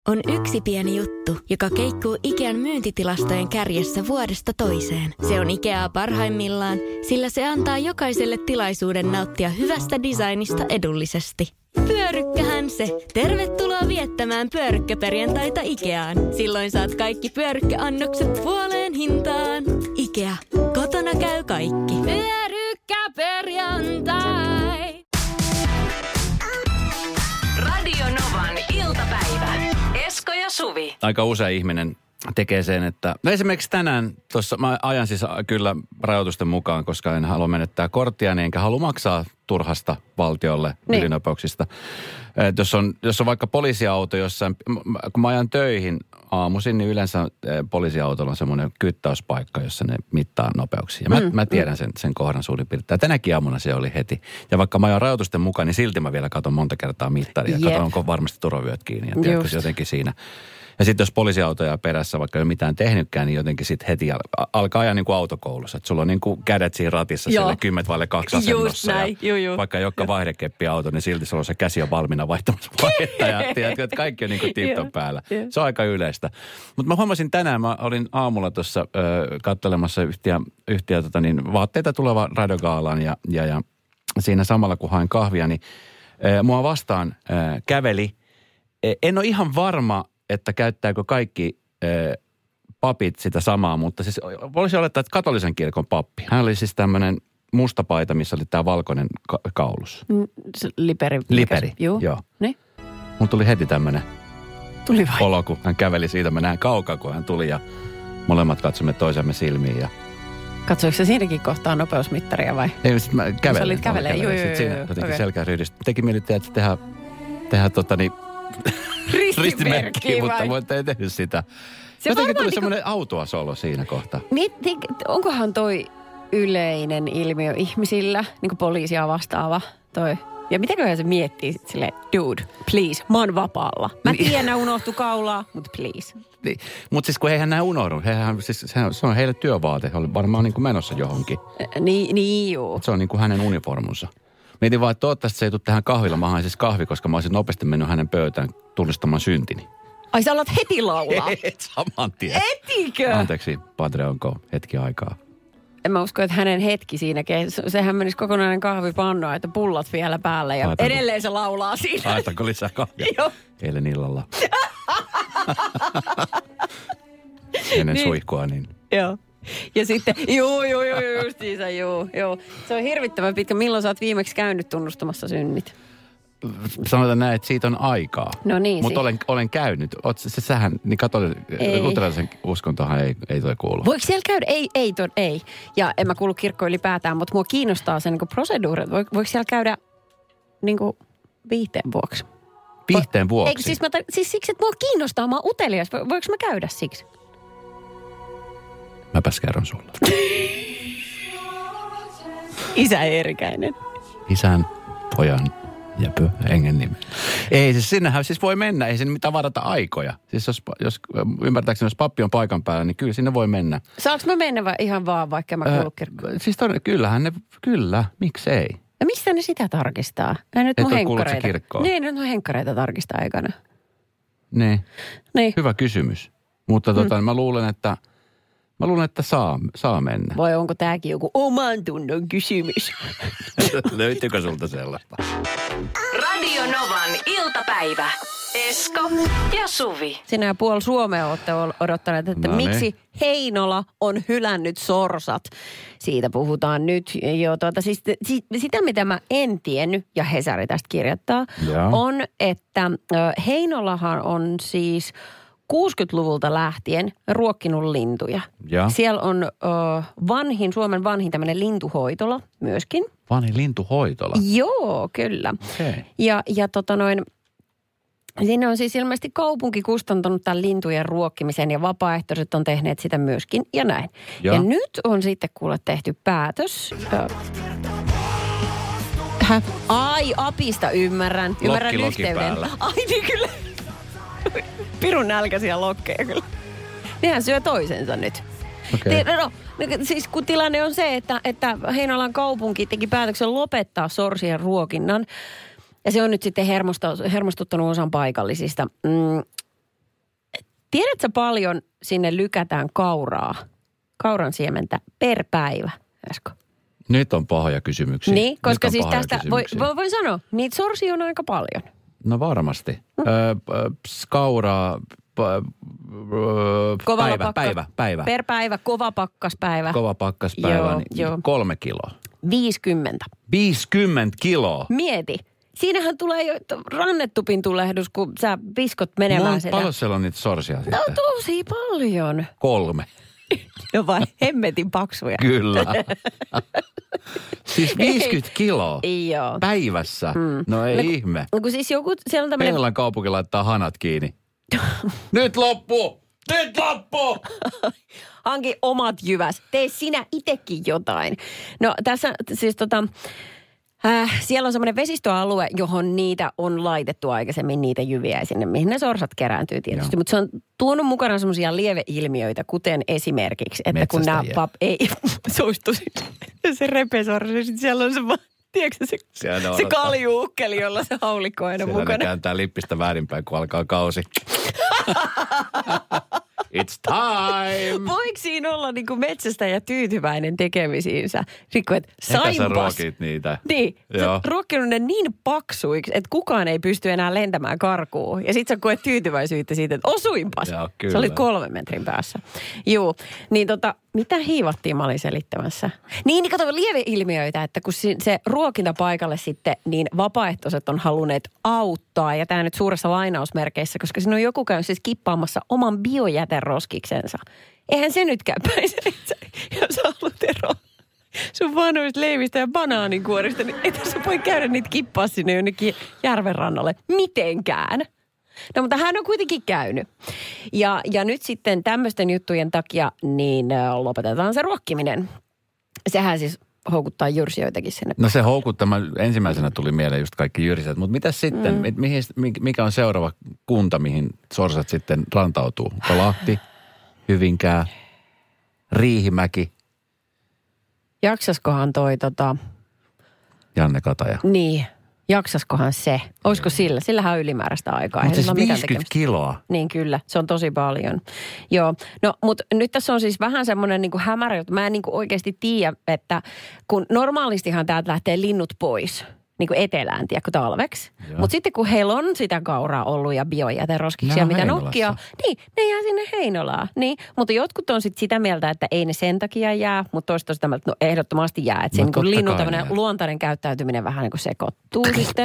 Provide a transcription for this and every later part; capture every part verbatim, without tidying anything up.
On yksi pieni juttu, joka keikkuu Ikean myyntitilastojen kärjessä vuodesta toiseen. Se on Ikeaa parhaimmillaan, sillä se antaa jokaiselle tilaisuuden nauttia hyvästä designista edullisesti. Pyörykkähän se. Tervetuloa viettämään pyörykkäperjantaita Ikeaan. Silloin saat kaikki pyörykkäannokset puoleen hintaan. Ikea. Kotona käy kaikki. Pyörykkäperjantai. Radio Novan iltapäivä. Esko ja Suvi. Aika usein ihminen tekee sen, että... No esimerkiksi tänään tuossa, mä ajan siis kyllä rajoitusten mukaan, koska en halua menettää korttia, niin enkä halua maksaa turhasta valtiolle niin. Ylinopeuksista. Et jos, on, jos on vaikka poliisiauto jossain, kun mä ajan töihin aamuisin, niin yleensä poliisiautolla on semmoinen kyttäyspaikka, jossa ne mittaa nopeuksia. Mä, mm, mä tiedän sen, sen kohdan suurin piirtein. Tänäkin aamuna se oli heti. Ja vaikka mä ajan rajoitusten mukaan, niin silti mä vielä katson monta kertaa mittaria. Yep. Katson, onko varmasti turvavyöt kiinni. Ja tiedätkö, jotenkin siinä. Ja sitten jos poliisiautoja perässä, vaikka ei ole mitään tehnytkään, niin jotenkin sitten heti al- alkaa ajaa niin kuin autokoulussa. Että sulla on niin kuin kädet siinä ratissa siellä kymmentä vaille kaksi asennossa. Näin. Ju, ju. Vaikka ei olekaan vaihdekeppiauto, niin silti sulla on se käsi on valmiina vaihtamassa vaihetta. Ja tiedätkö, että kaikki on niin kuin tipton päällä. Se on aika yleistä. Mutta mä huomasin tänään, mä olin aamulla tuossa äh, katselemassa yhtiä, yhtiä tota niin, vaatteita tuleva radiogaalaan ja, ja, ja siinä samalla kun hain kahvia, niin äh, mua vastaan äh, käveli. Äh, en ole ihan varma, että käyttääkö kaikki äh, papit sitä samaa, mutta siis voisi olettaa, että katolisen kirkon pappi. Hän oli siis tämmöinen musta paita, missä oli tämä valkoinen ka- kaulus. Mm, liperi. Liperi, Juu. joo. Niin? Mun tuli heti tämmöinen tuli vai? olo, kun hän käveli siitä. Mä näen kaukaa, kun hän tuli ja molemmat katsomme toisemme silmiin. Ja... Katsoiko se siinäkin kohtaa nopeusmittaria vai? Ei, sitten mä kävelin. Sä olit kävelee, joo, joo, joo. Sitten siinä jotenkin okay. selkäryhdistä. Teki mieli tehdä, tehdä, tehdä tota niin... ristimerkkiä, mutta voitte ei tehnyt sitä. Se jotenkin tuli semmoinen niin autoasolo siinä kohtaa. Niin, onkohan toi yleinen ilmiö ihmisillä, niin kuin poliisia vastaava toi? Ja mitenköhän se miettii silleen, dude, please, mä oon vapaalla. Mä tiedän, unohtu kaulaa, mutta please. Niin. Mutta siis kun eihän nämä unohdu, heihän, siis, se on heille työvaate, he oli varmaan niin kuin menossa johonkin. Ä, niin, niin joo. Se on niin kuin hänen uniformunsa. Mietin vaan, että toivottavasti se ei tule tähän kahvilla. Mä hain siis kahvi, koska mä olisin nopeasti mennyt hänen pöytään tunnistamaan syntini. Ai sä alat heti laulaa? Et saman tien. Etikö? Anteeksi, Padre, onko hetki aikaa? En mä usko, että hänen hetki siinäkin. Sehän menisi kokonainen kahvipanno, että pullat vielä päälle ja Aitanko? Edelleen se laulaa siinä. Aitanko lisää kahvia? Joo. Eilen illalla. Ennen niin. Suihkua, niin... Joo. Ja sitten, juu, juu, juu, justiinsa, juu, juu. Se on hirvittävän pitkä. Milloin sä oot viimeksi käynyt tunnustamassa synnit? Sanotaan näin, että siitä on aikaa. No niin. Mutta olen, olen käynyt. Oot, se, sähän, niin katsotaan, luterilaisen uskontohan ei, ei toi kuulu. Voiko siellä käydä? Ei, ei, to, ei. Ja en mä kuulu kirkkoon ylipäätään, mutta mua kiinnostaa se niin proseduuri. Voiko, voiko siellä käydä niin kuin viihteen vuoksi? Viihteen vuoksi? Eikö, siis, mä, siis siksi, että mua kiinnostaa. Mä oon utelias. Voiko mä käydä siksi? Mäpäs kerron sulle. Isä Eerikäinen. Isän, pojan ja pyhän hengen nimi. Ei, siis sinnehän siis voi mennä. Ei sinne mitään varata aikoja. Siis jos, jos ymmärtääkseni, jos pappi on paikan päällä, niin kyllä sinne voi mennä. Saanko mä mennä va- ihan vaan, vaikka mä kuulu kirkkoon? Siis todella, kyllähän ne, kyllä, miksei. Ja mistä ne sitä tarkistaa? Ei nyt et mun ole kuullut se kirkkoon? Niin, nyt mun henkkareita tarkistaa aikana. Niin. Niin. Hyvä kysymys. Mutta tota, mm. mä luulen, että Mä luulen, että saa, saa mennä. Vai onko tääkin joku oman tunnon kysymys? Löytyykö sulta sellaista? Radio Novan iltapäivä. Esko ja Suvi. Sinä ja puoli Suomea olette odottaneet, että no miksi niin. Heinola on hylännyt sorsat. Siitä puhutaan nyt. Jo, tuota, siis, sitä, mitä mä en tiennyt, ja Hesari tästä kirjoittaa, ja. on, että Heinolahan on siis kuusikymmentäluvulta lähtien ruokkinut lintuja. Ja. Siellä on ö, vanhin, Suomen vanhin tämmöinen lintuhoitola myöskin. Vanhin lintuhoitola? Joo, kyllä. Okay. Ja, ja tota noin, siinä on siis ilmeisesti kaupunki kustantanut tämän lintujen ruokkimisen ja vapaaehtoiset on tehneet sitä myöskin ja näin. Ja, ja nyt on sitten kuule tehty päätös. Ö, Hä? Ai, apista ymmärrän. Ymmärrän Lokki, yhteyden. Ai niin kyllä. Pirun nälkäisiä lokkeja kyllä. Nehän syö toisensa nyt. Okay. Te, no, siis kun tilanne on se, että, että Heinolan kaupunki teki päätöksen lopettaa sorsien ruokinnan. Ja se on nyt sitten hermostuttanut osan paikallisista. Mm, Tiedätkö paljon sinne lykätään kauraa, kauran siementä per päivä, Esko? Nyt on pahoja kysymyksiä. Niin, koska siis tästä, voi, kysymyksiä. voin sanoa, niitä sorsia on aika paljon. No varmasti. Mm. Öö, skauraa, Kovalla päivä, pakka- päivä, päivä. Per päivä, kova pakkaspäivä. Kova pakkaspäivä, Joo, niin joo. kolme kiloa. viisikymmentä. viisikymmentä kiloa. Mieti. Siinähän tulee jo rannetupin tulehdus, kun sä viskot menemään No, sitä. paljon siellä on niitä sorsia sitten? No tosi paljon. Kolme. No vai hemmetin paksuja. Kyllä. Siis viisikymmentä kiloa Joo. päivässä. Mm. No ei No, ihme. No kun siis joku, siellä on tämmöinen... Penilan kaupunki laittaa hanat kiinni. Nyt loppu! Nyt loppu! Hanki omat jyväs. Tee sinä itekin jotain. No tässä siis tota... Äh, siellä on semmoinen vesistöalue, johon niitä on laitettu aikaisemmin, niitä jyviä sinne, mihin ne sorsat kerääntyy tietysti. Mutta se on tuonut mukana semmoisia lieveilmiöitä, kuten esimerkiksi, että kun nämä Metsästäjiä. pap... Ei, suistu se repesorsi, niin sitten siellä on se vaan, tiedätkö se, Siellä se odottaa. kaljuukkeli, jolla se haulikko on aina Siellä ne mukana. kääntää lippistä väärinpäin, kun alkaa kausi. It's time! Voiko siinä olla niin kuin metsästäjä tyytyväinen tekemisiinsä? Niin että Eikä sä sainpas. ruokit niitä. Niin, Joo. sä ruokkinut ne niin paksuiksi, että kukaan ei pysty enää lentämään karkuun. Ja sit sä koet tyytyväisyyttä siitä, että osuinpas. Joo, kyllä. Se oli kolmen metrin päässä. Juu, niin tota, mitä hiivattiin mä olin selittämässä? Niin, niin kato lieveilmiöitä, että kun si- se ruokintapaikalle sitten, niin vapaaehtoiset on halunneet auttaa. Ja tämä nyt suuressa lainausmerkeissä, koska siinä on joku käynyt siis kippaamassa oman biojäteroskiksensa. Eihän se nyt käy päin, jos sä haluat eroa sun vanhoista leivistä ja banaaninkuorista, niin et sä voi käydä niitä kippaa sinne jonnekin järven rannalle mitenkään. No mutta hän on kuitenkin käynyt. Ja, ja nyt sitten tämmöisten juttujen takia niin äh, lopetetaan se ruokkiminen. Sehän siis houkuttaa jyrsijöitäkin sinne. No se houkuttama, ensimmäisenä tuli mieleen just kaikki jyriset, mutta mitäs sitten, mm. mihin, mikä on seuraava kunta, mihin sorsat sitten rantautuu? Onko Lahti, Hyvinkää, Riihimäki, Jaksaskohan toi tota, Janne Kataja. niin, jaksaskohan se? Olisiko sillä? Sillähän on ylimääräistä aikaa. Mutta Eihän siis sillä ole mitään viisikymmentä tekemistä. kiloa. Niin kyllä, se on tosi paljon. Joo, no mutta nyt tässä on siis vähän semmoinen niin kuin hämärä juttu. Mä en niin kuin oikeasti tiedä, että kun normaalistihan täältä lähtee linnut pois, niin kuin etelään, tiedätkö, talveksi. Mutta sitten kun heillä on sitä kauraa ollut ja biojäteroskiksia, Nää on mitä Heinolassa. nokkia, niin ne jää sinne Heinolaan. Niin, mutta jotkut on sitten sitä mieltä, että ei ne sen takia jää, mutta toiset on sitä mieltä, että no ehdottomasti jää. Että No no, niin totta linnun kai tämmöinen jää. luontainen käyttäytyminen vähän niin kuin sekoittuu sitten.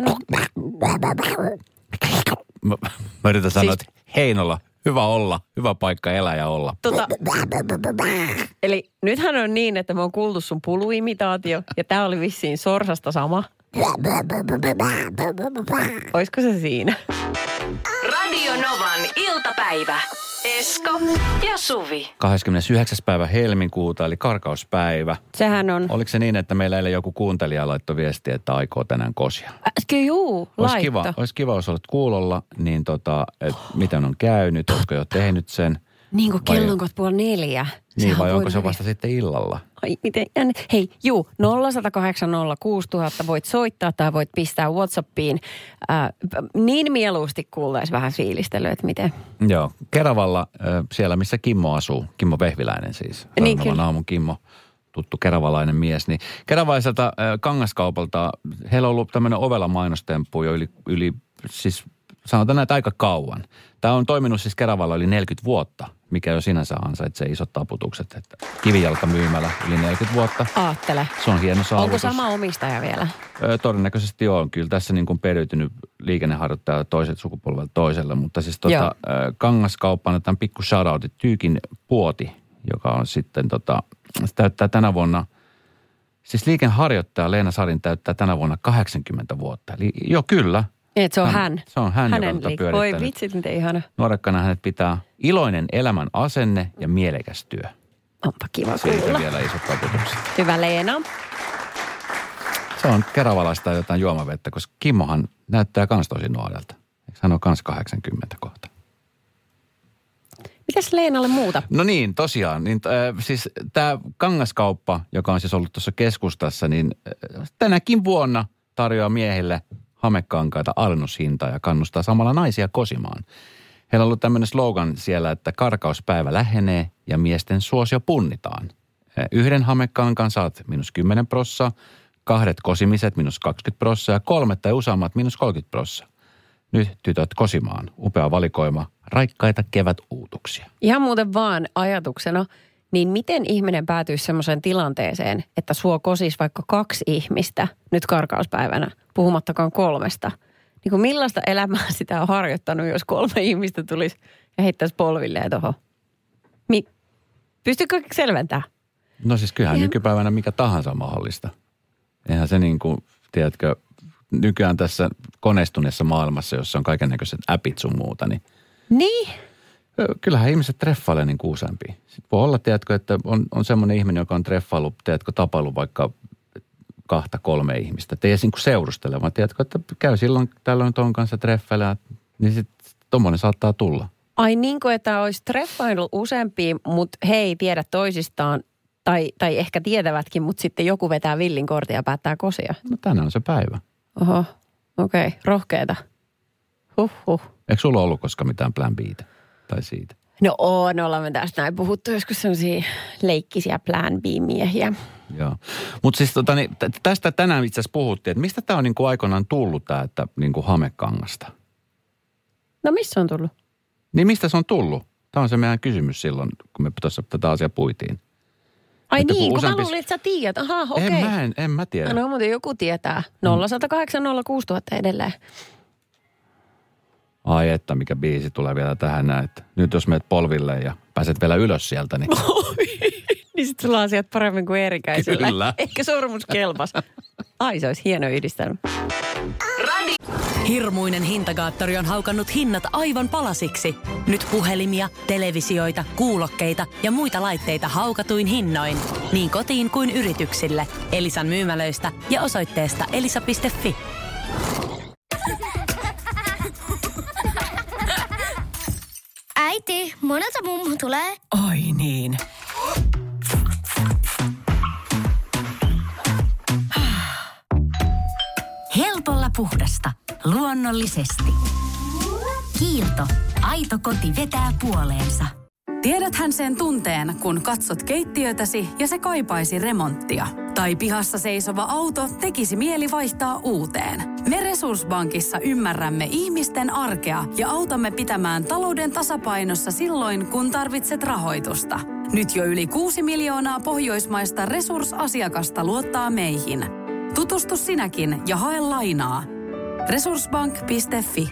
Mä, mä yritän sanoa, Siis- että Heinola, hyvä olla, hyvä paikka elää ja olla. Tota, eli nythän on niin, että me on kuultu sun puluimitaatio ja tää oli vissiin sorsasta sama. Oisko se siinä? Radio Novan iltapäivä. Esko ja Suvi. kahdeskymmenesyhdeksäs päivä helmikuuta, eli karkauspäivä. Sehän on, Oliko se niin, että meillä eilen joku kuuntelija laittoi viestiä, että aikoo tänään kosia? äsken juu, Olisi laitto. kiva, olisi kiva, jos olet kuulolla, niin tota, että miten on käynyt, oletko jo tehnyt sen? Niin kuin Vai- kello on kohta puoli neljä. Niin, Sehän vai voi onko se mennä. vasta sitten illalla? Ai, miten jänne. Hei, juu, nolla yksi nolla kahdeksan nolla kuusi nolla nolla nolla voit soittaa tai voit pistää WhatsAppiin. Äh, niin mieluusti kuultaisi vähän fiilistelyä, että miten. Joo, Keravalla, äh, siellä missä Kimmo asuu, Kimmo Vehviläinen siis. Niin, Radionovan kyllä. aamun Kimmo, tuttu keravalainen mies. Niin keravaiselta äh, kangaskaupalta, heillä on ollut tämmöinen ovela mainostemppu jo yli, yli, siis sanotaan näitä aika kauan. Tämä on toiminut siis Keravalla yli neljäkymmentä vuotta, mikä jo sinänsä ansaitsee isot taputukset. Että kivijalka myymällä yli neljäkymmentä vuotta. Aattele. Se on hieno saavutus. Onko sama omistaja vielä? Ö, todennäköisesti on. Kyllä tässä niin kuin periytynyt liikenneharjoittaja toiset sukupolvelta toiselle. Mutta siis Joo. tota, ö, kangaskauppaan tämän pikku shoutoutit. Tyykin puoti, joka on sitten tota, se täyttää tänä vuonna, siis liikenneharjoittaja Leena Sarin täyttää tänä vuonna kahdeksankymmentä vuotta. Eli joo, kyllä. Et se on hän. Se on hän, Hänen joka on liik- pyörittänyt. Voi vitsit, miten ihana. Nuorekkana hänet pitää iloinen elämän asenne ja mielekäs työ. Onpa kiva Siitä kuulla. vielä isot taputukset. Hyvä Leena. Se on keravalaista jotain juomavettä, koska Kimmohan näyttää kans tosi nuorelta. Eikö hän ole kans kahdeksankymmentä kohta? Mitäs Leenalle muuta? No niin, tosiaan. Niin, äh, siis tämä kangaskauppa, joka on siis ollut tuossa keskustassa, niin äh, tänäkin vuonna tarjoaa miehille hamekankaita alennushintaa ja kannustaa samalla naisia kosimaan. Heillä on ollut tämmöinen slogan siellä, että karkauspäivä lähenee ja miesten suosio punnitaan. Yhden hamekankaan saat minus kymmenen prossaa, kahdet kosimiset minus kaksikymmentä prossaa ja kolmet tai useammat minus kolmekymmentä prossaa. Nyt tytöt kosimaan. Upea valikoima, raikkaita kevätuutuksia. Ihan muuten vaan ajatuksena, niin miten ihminen päätyisi semmoiseen tilanteeseen, että suo kosis vaikka kaksi ihmistä nyt karkauspäivänä, puhumattakaan kolmesta. Niin kuin millaista elämää sitä on harjoittanut, jos kolme ihmistä tulisi ja heittäisi polvilleen tuohon? Mi- Pystyykö selventämään? No siis kyllähän Ihan... nykypäivänä mikä tahansa on mahdollista. Eihän se niin kuin, tiedätkö, nykyään tässä koneistuneessa maailmassa, jossa on kaikennäköiset appit sun muuta, niin... Niin? Kyllähän ihmiset treffailee niin kuin useampia. Sitten voi olla, tiedätkö, että on, on semmoinen ihminen, joka on treffaillut, tiedätkö, tapailu vaikka kahta, kolme ihmistä. Että ei edes niin kuin seurustele, vaan tiedätkö, että käy silloin tällöin ton kanssa treffailemaan, niin sitten tommoinen saattaa tulla. Ai niin kuin, että olisi treffaillut useampia, mutta he ei tiedä toisistaan, tai, tai ehkä tietävätkin, mutta sitten joku vetää villin kortin ja päättää kosia. No tänään on se päivä. Oho, okei, okay. Rohkeeta. Huhhuh. Eikö sulla ollut koskaan mitään plan B:tä tai siitä? No on, ollaan me tästä näin puhuttu joskus sellaisia leikkisiä plan B-miehiä. Joo, mutta siis tota, niin, tästä tänään itse asiassa puhuttiin, että mistä tämä on niin kuin aikoinaan tullut tämä, että niin kuin hamekangasta? No missä on tullut? Niin mistä se on tullut? Tämä on se meidän kysymys silloin, kun me tuossa tätä asiaa puitiin. Ai että niin, kun useampi... mä luulin, että sä tiedät. Aha, okei. En mä, en, en mä tiedä. No muuten joku tietää. nolla yksi nolla kahdeksan nolla kuusi nolla nolla edelleen. Ai että, mikä biisi tulee vielä tähän näin, että nyt jos menet polville ja pääset vielä ylös sieltä, niin... niin sit sulla on asiat paremmin kuin Eerikäisellä. Kyllä. Ehkä sormus kelpas. Ai, se olisi hieno yhdistelmä. Hirmuinen hintakaattori on haukannut hinnat aivan palasiksi. Nyt puhelimia, televisioita, kuulokkeita ja muita laitteita haukatuin hinnoin. Niin kotiin kuin yrityksille. Elisan myymälöistä ja osoitteesta elisa piste fi. Äiti, monelta mummu tulee? Oi niin. Helpolla puhdasta. Luonnollisesti. Kiilto. Aito koti vetää puoleensa. Tiedäthän sen tunteen, kun katsot keittiötäsi ja se kaipaisi remonttia. Tai pihassa seisova auto tekisi mieli vaihtaa uuteen. Me Resurssbankissa ymmärrämme ihmisten arkea ja autamme pitämään talouden tasapainossa silloin, kun tarvitset rahoitusta. Nyt jo yli kuusi miljoonaa pohjoismaista resursasiakasta luottaa meihin. Tutustu sinäkin ja hae lainaa. Resurssbank piste fi.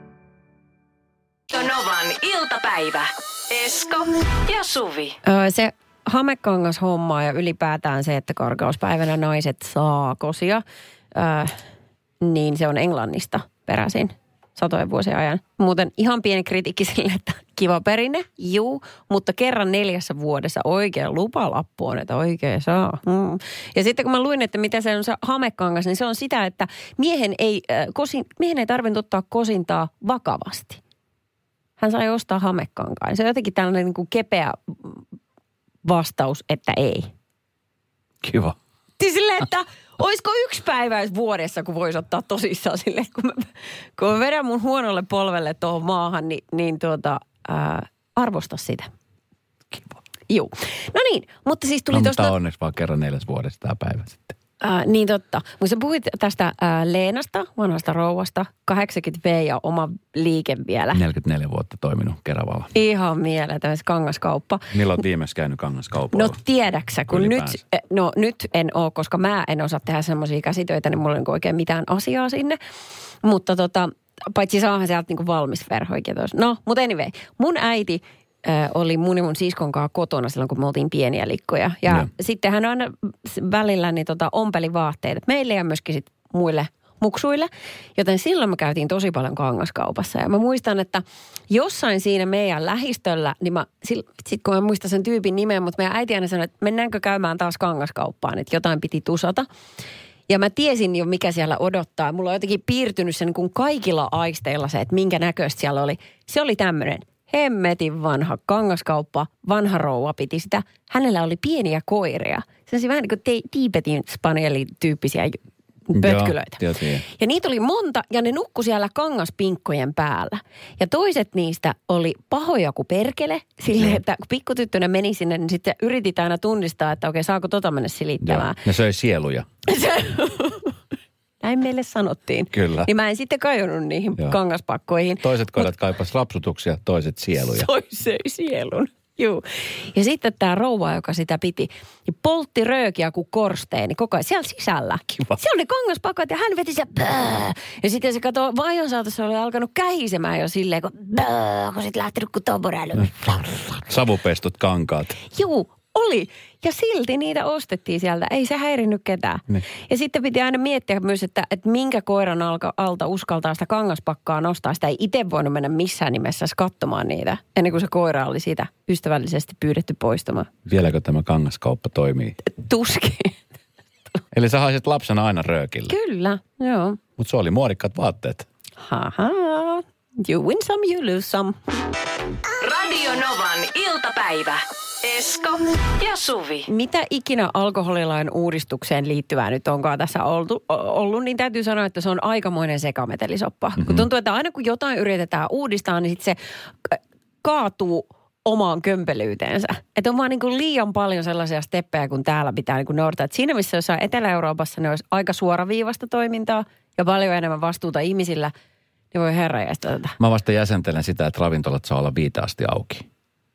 Novan iltapäivä. Esko ja Suvi. Öö, se hamekangas hommaa ja ylipäätään se, että karkauspäivänä naiset saa kosia, öö, niin se on Englannista peräisin satojen vuosien ajan. Muuten ihan pieni kritiikki sille, että kiva perinne, juu, mutta kerran neljässä vuodessa oikein lupalappu on, että oikein saa. Mm. Ja sitten kun mä luin, että mitä se on se hamekangas, niin se on sitä, että miehen ei, äh, kosin, miehen ei tarvinnut ottaa kosintaa vakavasti. Hän sai ostaa hamekankaan. Se on jotenkin tällainen niin kuin kepeä vastaus, että ei. Kiva. Siis silleen, että olisiko yksi päivä vuodessa, kun voisi ottaa tosissaan silleen, kun mä, kun mä vedän mun huonolle polvelle tuohon maahan, niin, niin tuota, ää, arvosta sitä. Kiva. Juu. No niin, mutta siis tuli no, tuosta... mutta onneksi vaan kerran neljäs vuodessa tämä päivä sitten. Äh, niin totta. Mutta sä puhuit tästä äh, Leenasta, vanhasta rouvasta, kahdeksankymmentä vuotta ja oma liike vielä. neljäkymmentäneljä vuotta toiminut Keravalla. Ihan mieletön kangaskauppa. Milloin olet viimeksi käynyt kangaskaupalla? No tiedäksä, kun nyt, no nyt en ole, koska mä en osaa tehdä semmoisia käsitöitä, niin mulla ei ole oikein mitään asiaa sinne. Mutta tota, paitsi saahan sieltä niinku valmis verhoikin tuossa. No, mutta anyway, mun äiti oli mun ja mun siskon kanssa kotona silloin, kun me oltiin pieniä likkoja. Ja no. sitten hän aina välillä niin tota, ompeli vaatteet meille ja myöskin sit muille muksuille. Joten silloin me käytiin tosi paljon kangaskaupassa. Ja mä muistan, että jossain siinä meidän lähistöllä, niin mä, sit kun mä muistan sen tyypin nimen, mutta meidän äiti aina sanoi, että mennäänkö käymään taas kangaskauppaan, että jotain piti tusata. Ja mä tiesin jo, mikä siellä odottaa. Mulla on jotenkin piirtynyt sen niin kuin kaikilla aisteilla se, että minkä näköistä siellä oli. Se oli tämmöinen hemmetin vanha kangaskauppa, vanha rouva piti sitä. Hänellä oli pieniä koiria. Sellaisia vähän niin kuin Tiibetin spanielin tyyppisiä pötkylöitä. Joo, tiedän. Ja niitä oli monta ja ne nukkui siellä kangaspinkkojen päällä. Ja toiset niistä oli pahoja kuin perkele. Silleen, että kun pikkutyttönä meni sinne, niin sitten yritit aina tunnistaa, että okei, saako tota mennä silittämään. Joo, ne söi sieluja. Näin meille sanottiin. Kyllä. Niin mä en sitten kajonnut niihin Joo. kangaspakkoihin. Toiset koirat kaipas rapsutuksia, toiset sieluja. Toi söi sielun. Juu. Ja sitten tämä rouva, joka sitä piti, niin poltti röökiä kuin korsteeni koko ajan siellä sisällä. Kiva. Siellä oli kangaspakot ja hän veti se bää. Ja sitten se katsoi, vaion saatossa oli alkanut kähisemään jo silleen, kun bää, kun sitten lähtenyt kuin tommoräily. Savupestut kankaat. Juu, oli. Ja silti niitä ostettiin sieltä. Ei se häirinnyt ketään. Ne. Ja sitten piti aina miettiä myös, että, että minkä koiran alka, alta uskaltaa sitä kangaspakkaa nostaa. Sitä ei itse voinut mennä missään nimessä katsomaan niitä, ennen kuin se koira oli sitä ystävällisesti pyydetty poistamaan. Vieläkö tämä kangaskauppa toimii? Tuskin. Eli sä haisit lapsena aina röökille? Kyllä, joo. Mutta se oli muodikkaat vaatteet. Haha, you win some, you lose some. Radio Novan iltapäivä. Esko ja Suvi. Mitä ikinä alkoholilain uudistukseen liittyvää nyt onkaan tässä oltu, ollut, niin täytyy sanoa, että se on aikamoinen sekametelisoppa. Mm-hmm. Kun tuntuu, että aina kun jotain yritetään uudistaa, niin sitten se kaatuu omaan kömpelyyteensä. Että on vaan niin kuin liian paljon sellaisia steppejä, kun täällä pitää niin kuin noudattaa. Että siinä missä jossain Etelä-Euroopassa ne olisi aika suoraviivasta toimintaa ja paljon enemmän vastuuta ihmisillä, niin voi herranjeesta tätä. Mä vasta jäsentelen sitä, että ravintolat saa olla viite asti auki.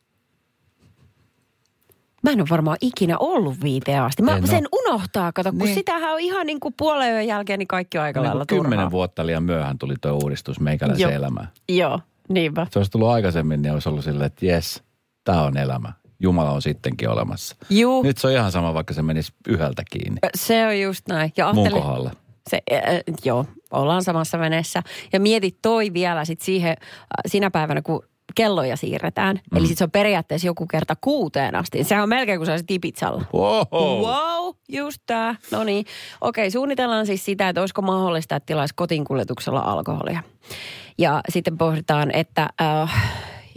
Mä en ole varmaan ikinä ollut viiteen asti. Mä en sen ole. unohtaa, kato, kun niin. Sitähän on ihan niin kuin puolen yön jälkeen, niin kaikki on aika niin lailla kymmenen turhaa. vuotta liian myöhään tuli tuo uudistus meikäläisen elämään. Joo, niinpä. Se olisi tullut aikaisemmin, niin olisi ollut silleen, että jes, tää on elämä. Jumala on sittenkin olemassa. Juu. Nyt se on ihan sama, vaikka se menisi yhdeltä kiinni. Se on just näin. Ja mun kohdalla. Se, äh, joo, ollaan samassa veneessä. Ja mietit toi vielä sit siihen, äh, sinä päivänä, kun kelloja siirretään. Mm. Eli sitten se on periaatteessa joku kerta kuuteen asti. Sehän on melkein kuin se olisi Tipitsalla. Wow. Wow, just tää. No niin. Okei, suunnitellaan siis sitä, että olisiko mahdollista, että tilaisi kotiinkuljetuksella alkoholia. Ja sitten pohditaan, että äh,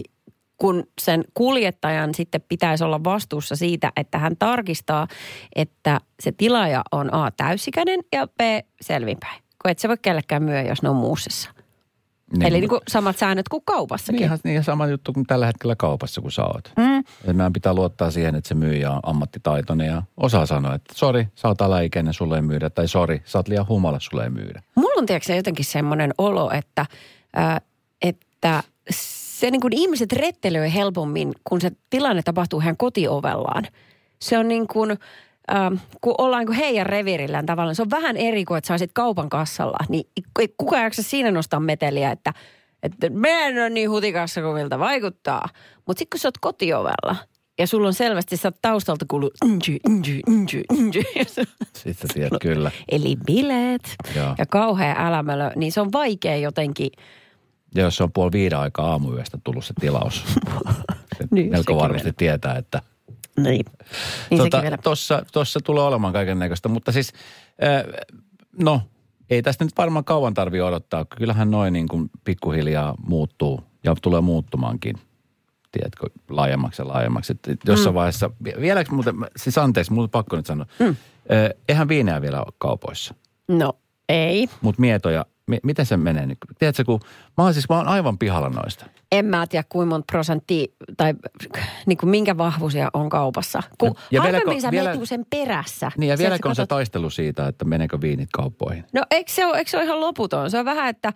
kun sen kuljettajan sitten pitäisi olla vastuussa siitä, että hän tarkistaa, että se tilaaja on A, täysikäinen ja B, selvinpäin. Kun et sä voi kellekään myö, jos ne on muussessa. Niin, eli niin kuin samat säännöt kuin kaupassakin. Niin, niin sama juttu kuin tällä hetkellä kaupassa, kun sä oot. Mm. Että meidän pitää luottaa siihen, että se myyjä on ammattitaitoinen ja osaa sanoa, että sori, sä oot alaikäinen, sulle ei myydä. Tai sori, sä oot liian humala, sulle ei myydä. Mulla on tiedätkö jotenkin semmoinen olo, että, äh, että se niin kuin ihmiset rettelöi helpommin, kun se tilanne tapahtuu heidän kotiovellaan. Se on niin kuin, äh, kun ollaan niin kuin heidän reviirillään tavallaan, se on vähän eri kuin, että sä olisit kaupan kassalla. Niin ei kukaan jaksa siinä nostaa meteliä, että, että mä en ole niin hutikassa kuin miltä vaikuttaa. Mutta sitten kun sä oot kotiovella ja sulla on selvästi, sä oot taustalta kuuluu injy, injy, injy, injy. Sitten sä tiedät kyllä. Eli bileet Joo. ja kauhea älämölö, niin se on vaikea jotenkin. Ja jos se on puoli viiden aikaa aamuyöstä tullut se tilaus, niin, melko varmasti vielä tietää, että niin. Niin tota, vielä. tossa, tossa tulee olemaan kaiken näköistä. Mutta siis, äh, no, ei tästä nyt varmaan kauan tarvitse odottaa. Kyllähän noin niin kuin pikkuhiljaa muuttuu ja tulee muuttumaankin, tiedätkö, laajemmaksi ja laajemmaksi. Et, et jossain mm. vaiheessa, vieläkö muuten, siis anteeksi, muuten pakko nyt sanoa, mm. äh, eihän viineä vielä ole kaupoissa. No, ei. Mutta mietoja, mi- miten se menee nyt? Tiedätkö, kun mä oon siis, mä oon aivan pihalla noista. En mä tiedä, kuinka monta prosenttia tai niin kuin minkä vahvuisia on kaupassa. Kun ja harvemmin vieläkö, sä vielä, menet sen perässä. Niin ja vieläkö on se katot... taistelu siitä, että meneekö viinit kauppoihin? No eikö se ole, eikö se ole ihan loputon? Se on vähän, että...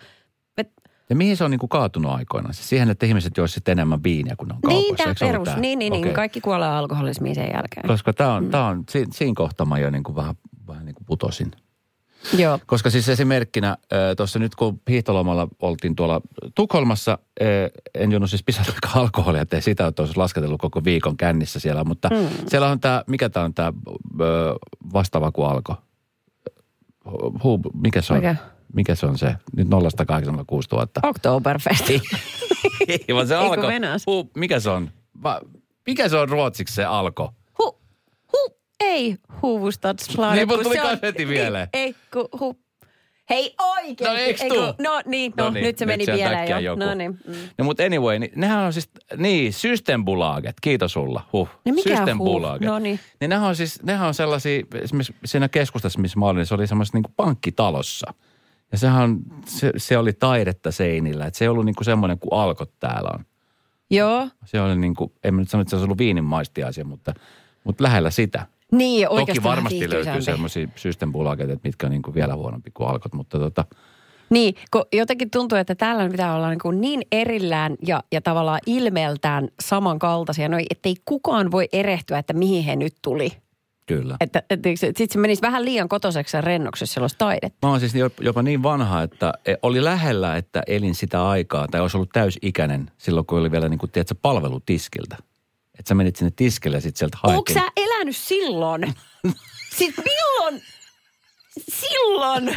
Ja mihin se on niin kuin kaatunut aikoinaan? Siis siihen, että ihmiset joisivat enemmän viiniä, kun ne on niin, kaupoissa. Niin, tämä perus. Tämä? Niin, niin, okay. niin. Kaikki kuolee alkoholismiin sen jälkeen. Koska tämä on, mm. tämä on siinä, siinä kohtaa mä jo niin kuin vähän, vähän niin kuin putosin. Joo. Koska siis esimerkkinä tuossa nyt kun hiihtolomalla oltiin tuolla Tukholmassa, en juonut siis pisarakaan alkoholia, ettei sitä ole tuossa lasketellut koko viikon kännissä siellä, mutta mm. siellä on tämä, mikä tämä on tämä vastaava kuin alko? Huu, mikä se on? Mikä? Mikä se on se? Nyt nollasta kahdeksankymmentäkuusi tuhatta. Oktoberfest. Ei, vaan se alko. Huu, mikä se on? Va, mikä se on ruotsiksi se alko? Hu, hu, ei huvustadsplanet. Niin, mutta tuli kai heti mieleen. Ei, ku, hu. Hei oikein. No eiks tuu? No niin, no, no niin, nyt se meni vielä jo. Joku. No niin. Mm. No mutta anyway, niin, nehän on siis, niin, Systembolaget, kiitos sulla. Huh. No mikä Systembolaget. huh? No niin. Niin nehän on siis, nehän on sellaisia, esimerkiksi siinä keskustassa, missä mä olin, se oli semmoisessa niin kuin pankkitalossa. Ja sehän, se, se oli taidetta seinillä, että se ei ollut niin kuin semmoinen kuin Alkot täällä on. Joo. Se oli niin kuin, en mä nyt sano, että se olisi ollut viinin maistiaisia, mutta, mutta lähellä sitä. Niin, toki varmasti löytyy semmoisia Systembolageita, mitkä on niin kuin vielä huonompi kuin Alkot, mutta tota... Niin, kun jotenkin tuntuu, että täällä pitää olla niin, kuin niin erillään ja, ja tavallaan ilmeeltään samankaltaisia, no, ettei kukaan voi erehtyä, että mihin he nyt tuli. Kyllä. Että, että sitten se menisi vähän liian kotoseksi ja rennoksi, jos siellä olisi taidetta. Mä oon siis jopa niin vanha, että oli lähellä, että elin sitä aikaa, tai olisi ollut täysikäinen silloin, kun oli vielä niin kuin, tiedätkö, palvelutiskiltä. Että sä menit sinne tiskille ja sitten sieltä haettiin. Onko sä elänyt silloin? Siis milloin? Silloin?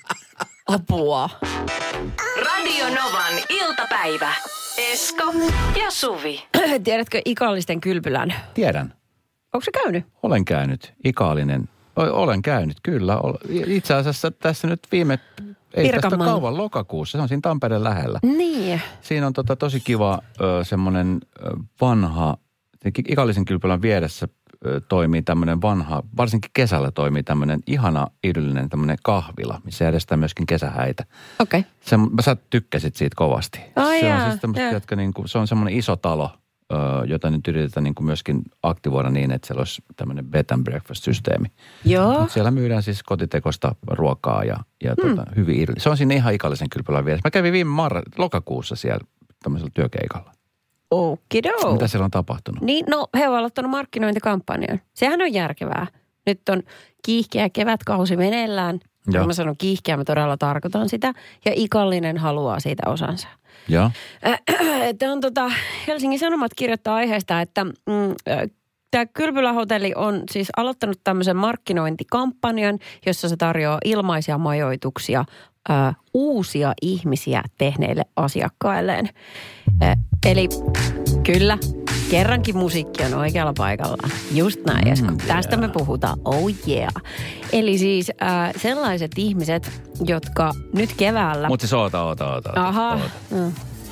Apua. Radio Novan iltapäivä. Esko ja Suvi. Tiedätkö Ikallisten kylpylän? Tiedän. Onko se käynyt? Olen käynyt. Ikaalinen. Olen käynyt, kyllä. Itse asiassa tässä nyt viime, ei tästä kauan, lokakuussa. Se on siinä Tampereen lähellä. Niin. Siinä on tota tosi kiva ö, semmoinen ö, vanha, Ikallisen kylpylän vieressä ö, toimii tämmöinen vanha, varsinkin kesällä toimii tämmöinen ihana, idyllinen tämmöinen kahvila, missä järjestää myöskin kesähäitä. Okei. Okay. Sä tykkäsit siitä kovasti. Oh, se jaa, on siis tämmöistä, jotka niinku, se on semmoinen iso talo, ö, jota nyt yritetään niinku myöskin aktivoida niin, että siellä olisi tämmöinen bed and breakfast-systeemi. Joo. Mut siellä myydään siis kotitekosta ruokaa ja, ja hmm. tota, hyvin idyllinen. Se on siinä ihan Ikallisen kylpylän vieressä. Mä kävin viime marra, lokakuussa siellä tämmöisellä työkeikalla. Okidoo. Mitä siellä on tapahtunut? Niin, no he ovat aloittanut markkinointikampanjan. Sehän on järkevää. Nyt on kiihkeä kevätkausi meneillään. Ja mä sanon kiihkeä, mä todella tarkoitan sitä. Ja Ikallinen haluaa siitä osansa. Joo. Tämä on tota, Helsingin Sanomat kirjoittaa aiheesta, että mm, tämä Kylpylähotelli on siis aloittanut tämmöisen markkinointikampanjan, jossa se tarjoaa ilmaisia majoituksia ä, uusia ihmisiä tehneille asiakkailleen. Ä, eli kyllä, kerrankin musiikki on oikealla paikalla. Just näin, Esko. Mm, Tästä yeah. me puhutaan. Oh yeah. Eli siis äh, sellaiset ihmiset, jotka nyt keväällä... Mutta siis oota, oota, oota. Aha. Oota. Mm.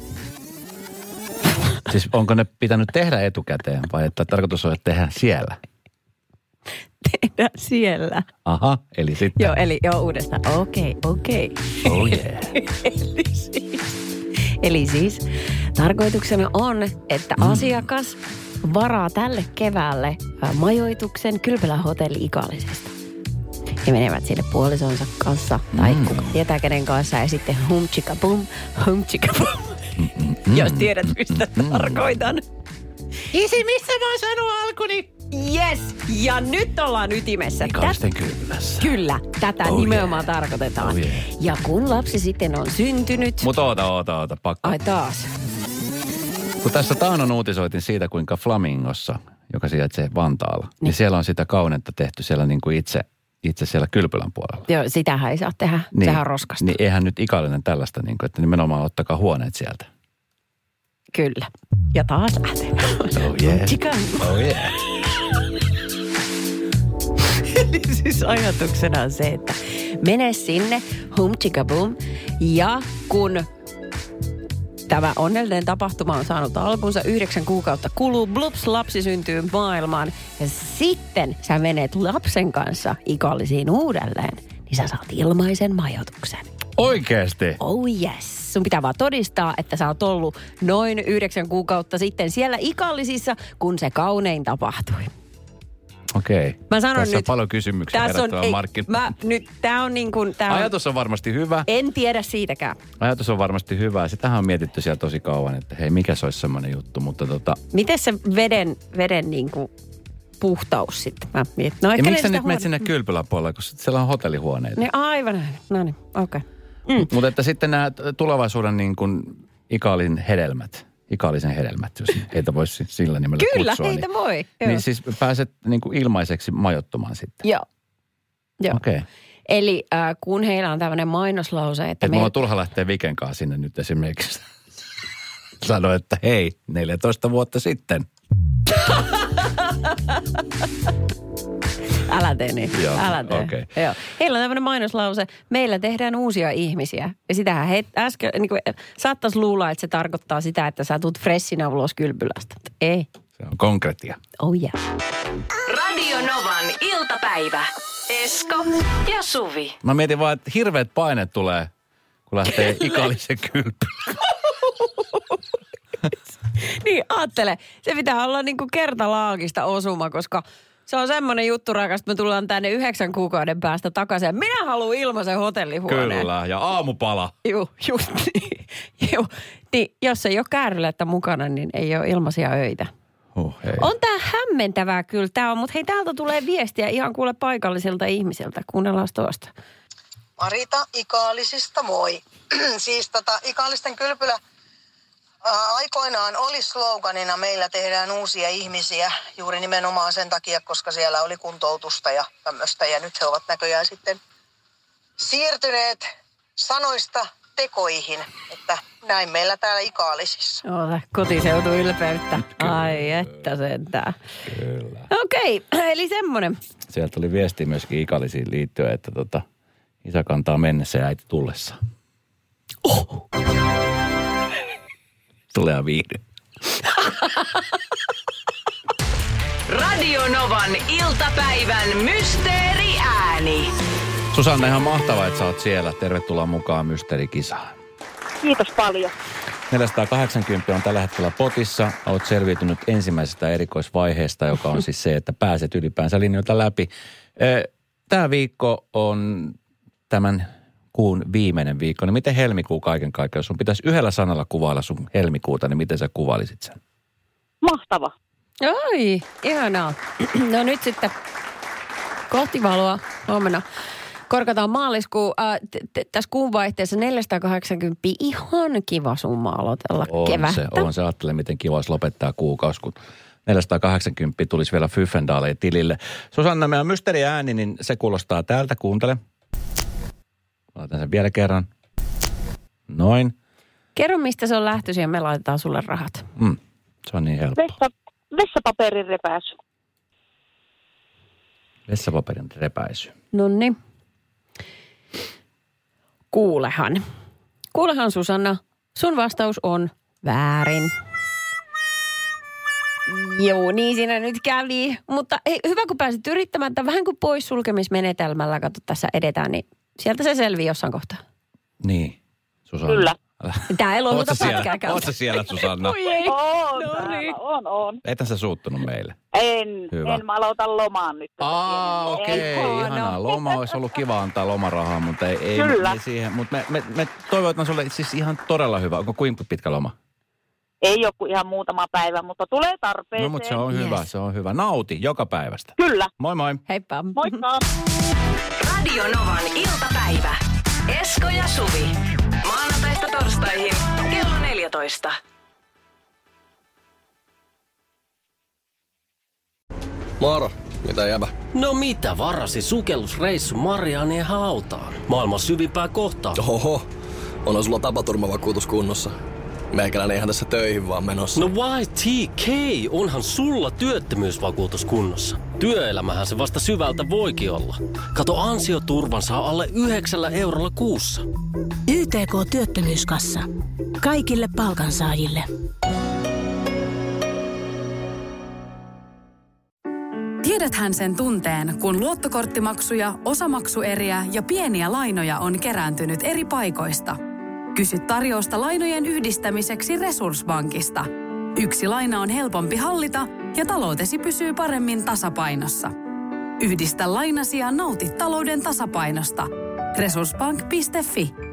Siis onko ne pitänyt tehdä etukäteen vai että tarkoitus on, että tehdään siellä? Tehdään siellä. Aha, eli sitten... Joo, eli joo uudestaan. Okei, okay, okei. Okay. Oh yeah. eli siis... Eli siis tarkoituksena on, että mm. asiakas varaa tälle keväälle majoituksen Kylpylähotelli Ikallisesta. He menevät sille puolisonsa kanssa tai mm. kuka tietää kenen kanssa ja sitten hum chika bum, hum chika bum. Mm. Jos tiedät, mistä mm. tarkoitan. Isi, missä mä sanon alkuni? Yes, ja nyt ollaan ytimessä. Ikallisten kylpylässä. Kyllä, tätä oh nimenomaan yeah. tarkoitetaan. Oh yeah. Ja kun lapsi sitten on syntynyt... Mutta oota, oota, oota, pakko. Ai taas. Kun tässä taannon uutisoitin siitä, kuinka Flamingossa, joka sijaitsee Vantaalla, niin, niin siellä on sitä kaunetta tehty siellä niin kuin itse, itse siellä kylpylän puolella. Joo, sitähän ei saa tehdä. Niin, sehän on roskasta. Niin eihän nyt Ikallinen tällaista, niin kuin, että nimenomaan ottakaa huoneet sieltä. Kyllä. Ja taas lähtee. Oh yeah. Oh yeah. Eli siis ajatuksena on se, että mene sinne, hum chika boom, ja kun tämä onnellinen tapahtuma on saanut alkunsa, yhdeksän kuukautta kuluu, blups, lapsi syntyy maailmaan, ja sitten sä menet lapsen kanssa Ikallisiin uudelleen, niin sä saat ilmaisen majoituksen. Oikeesti? Oh yes. Sun pitää vaan todistaa, että sä oot ollut noin yhdeksän kuukautta sitten siellä Ikallisissa, kun se kaunein tapahtui. Okei. Mä sanon tässä nyt, on paljon kysymyksiä herättävän markkinointi. Nyt tää on niin kuin... Tää Ajatus on varmasti hyvä. En tiedä siitäkään. Ajatus on varmasti hyvä. Sitähän on mietitty siellä tosi kauan, että hei, mikä se olisi semmoinen juttu, mutta tota... Miten se veden, veden niin kuin puhtaus sitten? Mä mietin. No, ja miksi sä nyt menet sinne kylpyläpuolelle, kun siellä on hotellihuoneita? Niin aivan. No niin, okei. Okay. Mm. Mutta että sitten nämä tulevaisuuden niin kuin Ikallin hedelmät, Ikallisen hedelmät, jos heitä voisi sillä nimellä Kyllä, kutsua. Kyllä, heitä niin, voi. Joo. Niin siis pääset niin kuin ilmaiseksi majoittumaan sitten. Joo. Joo. Okei. Okay. Eli äh, kun heillä on tämmöinen mainoslause, että... Että me... mulla on turha lähteä Vikenkaan sinne nyt esimerkiksi. Sano, että hei, neljätoista vuotta sitten. Älä tee niin. Joo, Älä tee. Okay. Joo. Heillä on tämmöinen mainoslause, meillä tehdään uusia ihmisiä. Ja sitähän he äsken, niin kuin, saattaisi luulla, että se tarkoittaa sitä, että sä tulet freshinä ulos kylpylästä. Ei. Se on konkretia. Oh yeah. Radio Novan iltapäivä. Esko ja Suvi. Mä mietin vaan, että hirveät paineet tulee, kun lähtee Ikallisen kylpylään. Niin, aattele. Se pitää olla niin kuin kertalaakista osuma, koska se on semmoinen juttu, rakas, että me tullaan tänne yhdeksän kuukauden päästä takaisin. Minä haluan ilmaisen hotellihuoneen. Kyllä, ja aamupala. Joo, just niin. Joo. Niin, jos ei ole käärylettä mukana, niin ei ole ilmaisia öitä. Oh, hei. On tää hämmentävää kyllä tää on, mutta hei, täältä tulee viestiä ihan kuule paikallisilta ihmisiltä. Kuunnellaan tuosta. Marita Ikaalisista, moi. Siis tota, Ikaalisten kylpylä ää, aikoinaan oli sloganina, meillä tehdään uusia ihmisiä juuri nimenomaan sen takia, koska siellä oli kuntoutusta ja tämmöistä. Ja nyt he ovat näköjään sitten siirtyneet sanoista tekoihin, että näin meillä täällä Ikaalisissa. Oota, kotiseutu ylpeyttä. Ai että sentään. Kyllä. Okei, okay, eli semmoinen. Sieltä tuli viesti myöskin Ikallisiin liittyen, että tota, isä kantaa mennessä ja äiti tullessa. Oh. Tulee viihdy. Radio Novan iltapäivän mysteeriääni. Susanna, ihan mahtavaa, että sä oot siellä. Tervetuloa mukaan Mysteerikisaan. Kiitos paljon. neljäsataakahdeksankymmentä on tällä hetkellä potissa. Olet selviytynyt ensimmäisestä erikoisvaiheesta, joka on siis se, että pääset ylipäänsä linjoilta läpi. Tämä viikko on tämän kuun viimeinen viikko. Niin miten helmikuu kaiken kaikkiaan? Jos sun pitäisi yhdellä sanalla kuvailla sun helmikuuta, niin miten sä kuvailisit sen? Mahtava. Oi, ihanaa. No nyt sitten kohti valoa huomenna. Korkataan maaliskuu. Äh, t- t- tässä kuun vaihteessa neljäsataakahdeksankymmentä. Ihan kiva summa aloitella On kevättä. se, on se. Ajattele, miten kiva olisi lopettaa kuukausi, kun neljäsataakahdeksankymmentä tulisi vielä Fyffendaleen tilille. Susanna, meidän mysteeriääni, niin se kuulostaa täältä. Kuuntele. Laitan sen vielä kerran. Noin. Kerro, mistä se on lähtöisin ja me laitetaan sulle rahat. Mm, se on niin helppo. Vessa, vessapaperin repäisy. Vessapaperin repäisy. Nonni. Kuulehan. Kuulehan, Susanna. Sun vastaus on väärin. Joo, niin siinä nyt kävi. Mutta hei, hyvä, kun pääsit yrittämään. Vähän kuin poissulkemismenetelmällä, kato, tässä edetään, niin sieltä se selvii jossain kohtaa. Niin, Susanna. Kyllä. Tää ei luovuta Ootko siellä, pätkääkään. ootko siellä, Susanna? Oi ei. On, No täällä, niin. on, on. Ethän sä suuttunut meille. En, Hyvä. en mä aloita lomaan nyt. Aa, okei, okay, Ihana. ihanaa. Loma olisi ollut kiva antaa lomarahaa, mutta ei, ei, Kyllä. ei siihen. Mutta me, me, me toivotan sulle siis ihan todella hyvä. Onko kuinka pitkä loma? Ei ole kuin ihan muutama päivä, mutta tulee tarpeeseen. No, mutta se on Yes. hyvä, se on hyvä. Nauti joka päivästä. Kyllä. Moi moi. Heippa. Moikka. Radio Novan iltapäivä. Esko ja Suvi. Maanantaista torstaihin kello neljätoista. Moro, mitä jäbä? No mitä varasi sukellusreissu Marianien hautaan? Maailman syvimpää kohtaa. Oho, onhan sulla tapaturmavakuutus kunnossa. Meikäläinen ihan tässä töihin vaan menossa. No why T K? Onhan sulla työttömyysvakuutus kunnossa. Työelämähän se vasta syvältä voikin olla. Kato, ansioturvan saa alle yhdeksällä eurolla kuussa. Y T K-työttömyyskassa. Kaikille palkansaajille. Tiedäthän sen tunteen, kun luottokorttimaksuja, osamaksueriä ja pieniä lainoja on kerääntynyt eri paikoista. Kysy tarjousta lainojen yhdistämiseksi Resurssbankista. Yksi laina on helpompi hallita ja taloutesi pysyy paremmin tasapainossa. Yhdistä lainasi ja nauti talouden tasapainosta. Resurssbank piste fi